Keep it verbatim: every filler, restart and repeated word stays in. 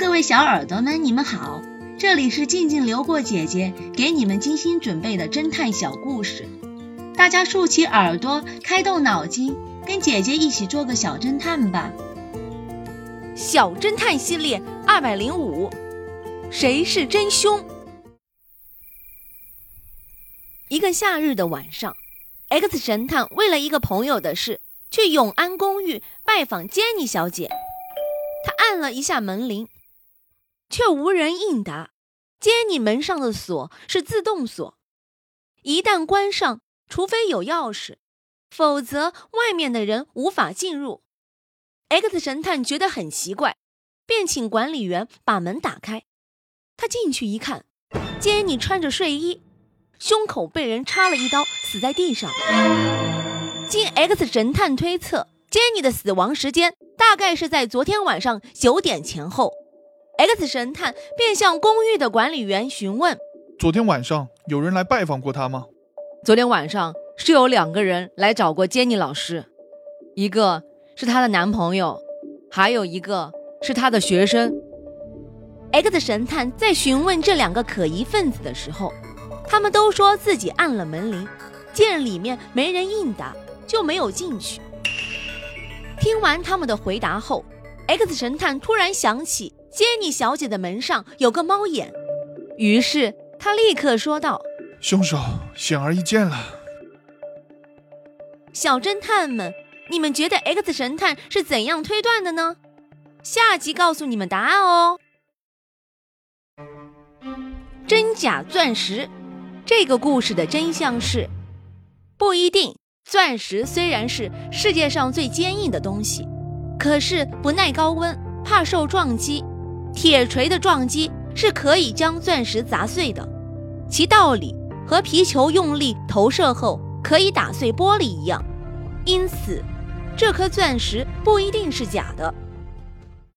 各位小耳朵们，你们好，这里是静静流过姐姐给你们精心准备的侦探小故事，大家竖起耳朵，开动脑筋，跟姐姐一起做个小侦探吧。 小侦探系列二百零五，谁是真凶？一个夏日的晚上， X 神探为了一个朋友的事，去永安公寓拜访杰尼小姐。他按了一下门铃，却无人应答。杰尼门上的锁是自动锁，一旦关上，除非有钥匙，否则外面的人无法进入。X 神探觉得很奇怪，便请管理员把门打开。他进去一看，杰尼穿着睡衣，胸口被人插了一刀，死在地上。经 X 神探推测，杰尼的死亡时间大概是在昨天晚上九点前后。X 神探便向公寓的管理员询问， 昨天晚上有人来拜访过他吗？ 昨天晚上是有两个人来找过杰尼老师，一个是她的男朋友，还有一个是她的学生。 X 神探在询问这两个可疑分子的时候，他们都说自己按了门铃，见里面没人应答，就没有进去。听完他们的回答后， X 神探突然想起杰尼小姐的门上有个猫眼，于是他立刻说道， 凶手显而易见了。 小侦探们，你们觉得 X 神探是怎样推断的呢？下集告诉你们答案哦。真假钻石，这个故事的真相是，不一定。钻石虽然是世界上最坚硬的东西，可是不耐高温，怕受撞击。铁锤的撞击是可以将钻石砸碎的，其道理和皮球用力投射后可以打碎玻璃一样。因此，这颗钻石不一定是假的。